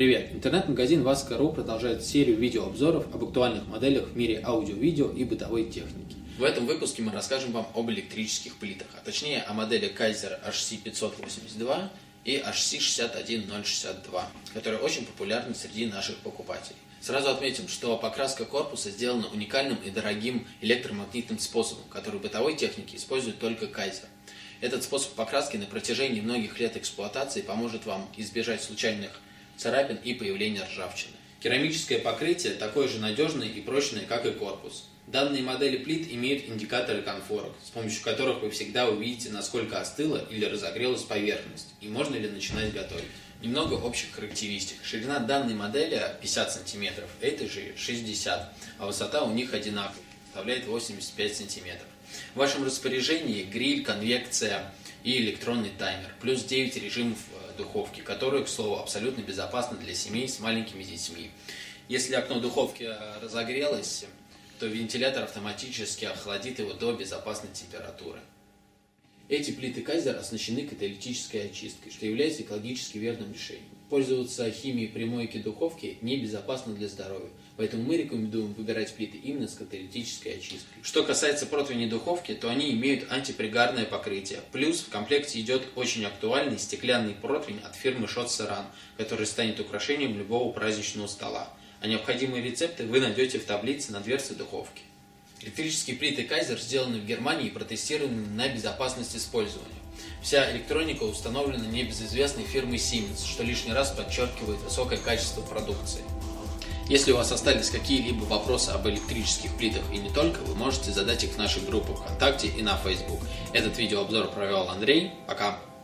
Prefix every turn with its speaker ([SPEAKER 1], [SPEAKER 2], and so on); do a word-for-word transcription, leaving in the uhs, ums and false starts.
[SPEAKER 1] Привет! Интернет-магазин васка точка ру продолжает серию видеообзоров об актуальных моделях в мире аудио-видео и бытовой техники.
[SPEAKER 2] В этом выпуске мы расскажем вам об электрических плитах, а точнее о модели Kaiser эйч си пятьсот восемьдесят два и эйч си шестьдесят один ноль шестьдесят два, которые очень популярны среди наших покупателей. Сразу отметим, что покраска корпуса сделана уникальным и дорогим электромагнитным способом, который в бытовой технике использует только Kaiser. Этот способ покраски на протяжении многих лет эксплуатации поможет вам избежать случайных царапин и появления ржавчины. Керамическое покрытие такое же надежное и прочное, как и корпус. Данные модели плит имеют индикаторы конфорок, с помощью которых вы всегда увидите, насколько остыла или разогрелась поверхность и можно ли начинать готовить. Немного общих характеристик. Ширина данной модели пятьдесят сантиметров, этой же шестьдесят, а высота у них одинаковая, составляет восемьдесят пять сантиметров. В вашем распоряжении гриль, конвекция и электронный таймер, плюс девять режимов духовки, которые, к слову, абсолютно безопасны для семей с маленькими детьми. Если окно духовки разогрелось, то вентилятор автоматически охладит его до безопасной температуры. Эти плиты Kaiser оснащены каталитической очисткой, что является экологически верным решением. Пользоваться химией при мойке духовки небезопасно для здоровья, поэтому мы рекомендуем выбирать плиты именно с каталитической очисткой. Что касается противней духовки, то они имеют антипригарное покрытие. Плюс в комплекте идет очень актуальный стеклянный противень от фирмы Schott Ceran, который станет украшением любого праздничного стола. А необходимые рецепты вы найдете в таблице на дверце духовки. Электрические плиты Kaiser сделаны в Германии и протестированы на безопасность использования. Вся электроника установлена небезызвестной фирмой Siemens, что лишний раз подчеркивает высокое качество продукции. Если у вас остались какие-либо вопросы об электрических плитах и не только, вы можете задать их в наших группах ВКонтакте и на Facebook. Этот видеообзор провел Андрей. Пока!